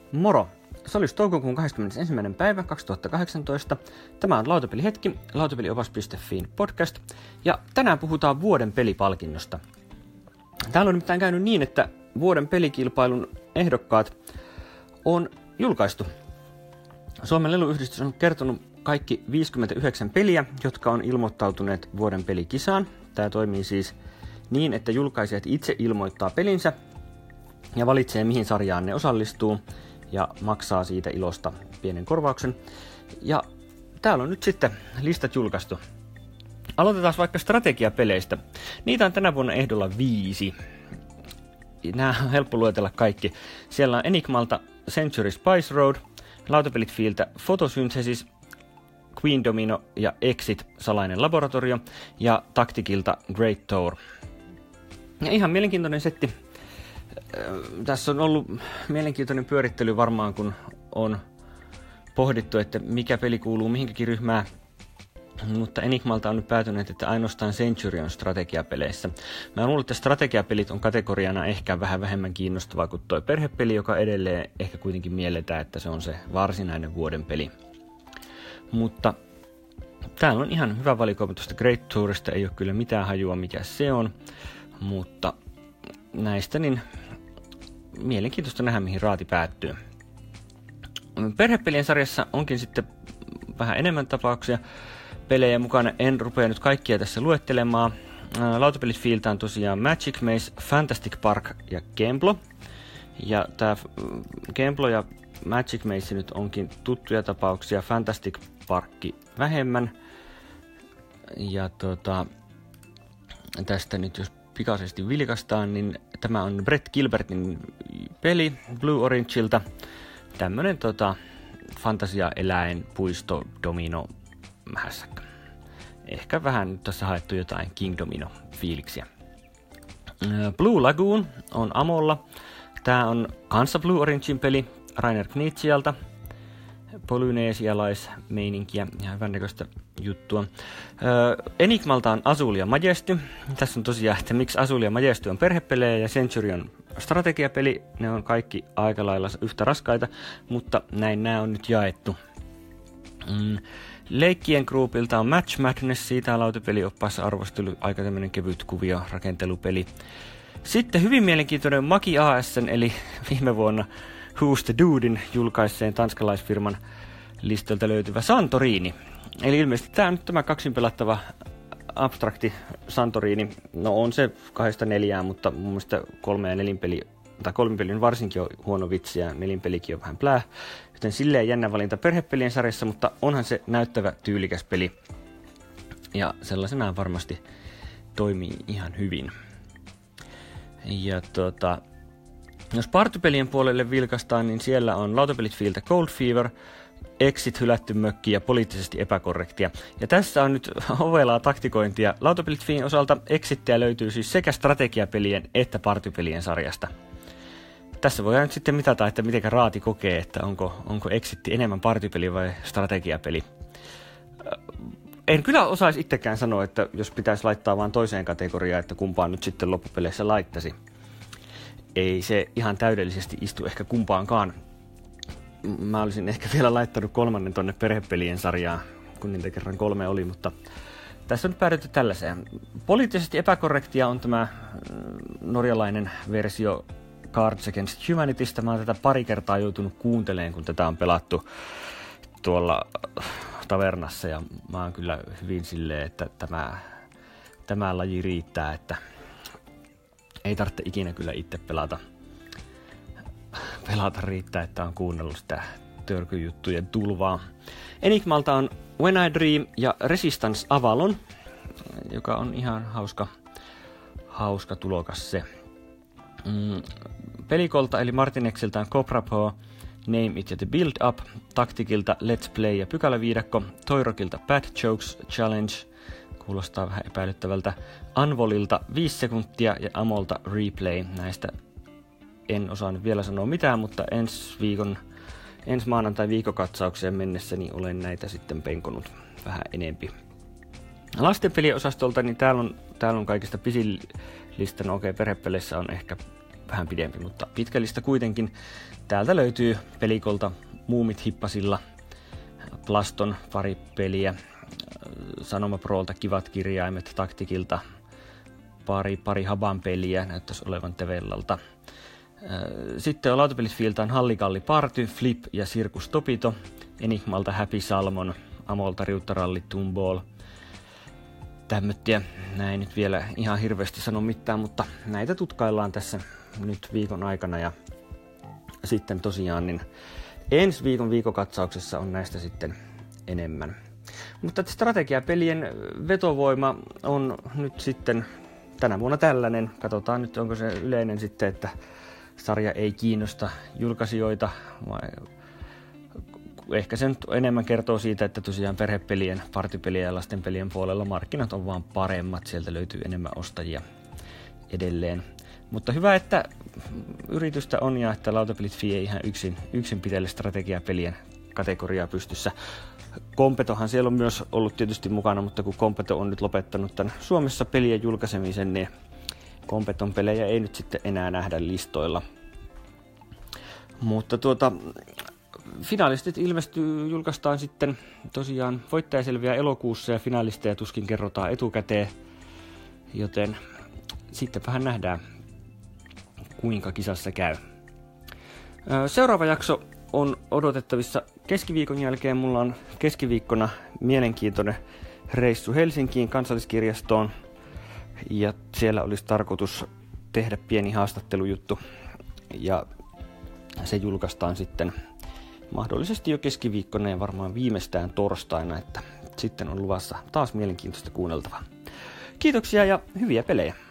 Moro! Se olisi toukokuun 21. päivä 2018. Tämä on Lautapelihetki, lautapeliopas.fiin podcast, ja tänään puhutaan vuoden pelipalkinnosta. Täällä on nimittäin käynyt niin, että vuoden pelikilpailun ehdokkaat on julkaistu. Suomen leluyhdistys on kertonut kaikki 59 peliä, jotka on ilmoittautuneet vuoden pelikisaan. Tämä toimii siis niin, että julkaisijat itse ilmoittaa pelinsä ja valitsee, mihin sarjaan ne osallistuu, ja maksaa siitä ilosta pienen korvauksen. Ja täällä on nyt sitten listat julkaistu. Aloitetaan vaikka strategiapeleistä. Niitä on tänä vuonna ehdolla 5. Nämä on helppo luetella kaikki. Siellä on Enigmalta Century Spice Road, Lautapelitfieltä Photosynthesis, Queen Domino ja Exit Salainen laboratorio ja Tacticilta Great Tour. Ja ihan mielenkiintoinen setti. Tässä on ollut mielenkiintoinen pyörittely varmaan, kun on pohdittu, että mikä peli kuuluu mihinkäkin ryhmään. Mutta Enigmalta on nyt päätynyt, että ainoastaan Century on strategiapeleissä. Mä luulen, että strategiapelit on kategoriana ehkä vähän vähemmän kiinnostavaa kuin tuo perhepeli, joka edelleen ehkä kuitenkin mielletään, että se on se varsinainen vuoden peli. Mutta täällä on ihan hyvä valikoima tuosta Great Tourista, ei ole kyllä mitään hajua mikä se on, mutta näistä niin mielenkiintoista nähdä, mihin raati päättyy. Perhepelien sarjassa onkin sitten vähän enemmän tapauksia pelejä mukana. En rupea nyt kaikkia tässä luettelemaan. Lautapelitfieltä on tosiaan Magic Maze, Fantastic Park ja Gemblo. Ja tämä Gemblo ja Magic Maze nyt onkin tuttuja tapauksia, Fantastic Parkki vähemmän. Ja tästä nyt jos pikaisesti vilkastaan, niin tämä on Brett Gilbertin peli Blue Orangeilta. Tämmönen fantasia-eläin, puisto, domino, hässäkkä. Ehkä vähän nyt tässä haettu jotain King Domino-fiiliksiä. Blue Lagoon on Amolla. Tää on kanssa Blue Orangein peli Rainer Knizialta. Polyneesialaismeininkiä ja hyvän näköistä juttua. Enigmalta on Azulia Majesty. Tässä on tosiaan, että miksi Azulia Majesty on perhepelejä ja Century on strategiapeli. Ne on kaikki aika lailla yhtä raskaita, mutta näin nämä on nyt jaettu. Leikkien groupilta on Match Madness, siitä on lautapelioppaassa arvostelu, aika tämmönen kevyt kuvio rakentelupeli. Sitten hyvin mielenkiintoinen Maki AS:n, eli viime vuonna Who's the Dudein julkaisseen tanskalaisfirman listalta löytyvä Santorini. Eli ilmeisesti tämä on nyt tämä kaksin pelattava abstrakti Santorini. No on se 2-4, mutta mun mielestä 3 ja 4 peli, tai 3 peli on varsinkin huono vitsi ja 4 pelikin on vähän plää. Joten silleen jännä valinta perhepelien sarjassa, mutta onhan se näyttävä tyylikäs peli. Ja sellaisenaan varmasti toimii ihan hyvin. Ja jos partypelien puolelle vilkastaan, niin siellä on Lautapelitfieltä Cold Fever, Exit hylätty mökki ja poliittisesti epäkorrektia. Ja tässä on nyt ovelaa taktikointia. Lautapelitfielin osalta Exittiä löytyy siis sekä strategiapelien että partypelien sarjasta. Tässä voidaan nyt sitten mitata, että miten raati kokee, että onko Exitti enemmän partypeli vai strategiapeli. En kyllä osaisi itsekään sanoa, että jos pitäisi laittaa vaan toiseen kategoriaan, että kumpaan nyt sitten loppupeleissä laittaisi. Ei se ihan täydellisesti istu ehkä kumpaankaan. Mä olisin ehkä vielä laittanut 3 tonne perhepelien sarjaan, kun niitä kerran 3 oli, mutta tässä on nyt päädytty tällaiseen. Poliittisesti epäkorrektia on tämä norjalainen versio Cards Against Humanitystä. Mä oon tätä pari kertaa joutunut kuuntelemaan, kun tätä on pelattu tuolla tavernassa, ja mä oon kyllä hyvin silleen, että tämä laji riittää, että ei tarvitse ikinä kyllä itse pelata riittää, että on kuunnellut sitä törkyjuttujen tulvaa. Enigmalta on When I Dream ja Resistance Avalon, joka on ihan hauska tulokas se. Pelikolta eli Martinexilta on Cobra Paw, Name It ja The Build Up, Tacticilta Let's Play ja Pykäläviidakko, Toirokilta Bad Jokes Challenge, kuulostaa vähän epäilyttävältä, Anvolilta 5 sekuntia ja Amolta Replay. Näistä en osaa nyt vielä sanoa mitään, mutta ensi maanantai viikokatsaukseen mennessä niin olen näitä sitten penkonut vähän enempi. Lastenpelien osastolta niin täällä on kaikista pisin lista. No okei, perhepeleissä on ehkä vähän pidempi, mutta pitkä lista kuitenkin. Täältä löytyy Pelikolta Muumit hippasilla, Plaston pari peliä, Sanoma Prolta Kivat kirjaimet, Taktikilta pari Haban peliä, näyttäisi olevan Tevellalta. Sitten on lautapelisfiiltaan Hallikalli Party, Flip ja Sirkus Topito, Enigmalta Happy Salmon, Amolta Riuttaralli Toonball. Tämmöttiä, näin nyt vielä ihan hirveästi sano mitään, mutta näitä tutkaillaan tässä nyt viikon aikana ja sitten tosiaan niin ensi viikon viikokatsauksessa on näistä sitten enemmän. Mutta strategiapelien vetovoima on nyt sitten tänä vuonna tällainen. Katsotaan nyt, onko se yleinen sitten, että sarja ei kiinnosta julkaisijoita, vai ehkä se nyt enemmän kertoo siitä, että tosiaan perhepelien, partipelien ja lastenpelien puolella markkinat on vaan paremmat. Sieltä löytyy enemmän ostajia edelleen. Mutta hyvä, että yritystä on ja että Lautapelit.fi ei ihan yksin pitele strategiapelien kategoriaa pystyssä. Competohan siellä on myös ollut tietysti mukana, mutta kun Competo on nyt lopettanut tämän Suomessa pelien julkaisemisen, niin Competon pelejä ei nyt sitten enää nähdä listoilla. Mutta finalistit julkaistaan sitten tosiaan, voittaja selviää elokuussa ja finalisteja tuskin kerrotaan etukäteen, joten sittenpähän nähdään, kuinka kisassa käy. Seuraava jakso on odotettavissa keskiviikon jälkeen. Mulla on keskiviikkona mielenkiintoinen reissu Helsinkiin Kansalliskirjastoon ja siellä olisi tarkoitus tehdä pieni haastattelujuttu ja se julkaistaan sitten mahdollisesti jo keskiviikkona ja varmaan viimeistään torstaina, että sitten on luvassa taas mielenkiintoista kuunneltavaa. Kiitoksia ja hyviä pelejä!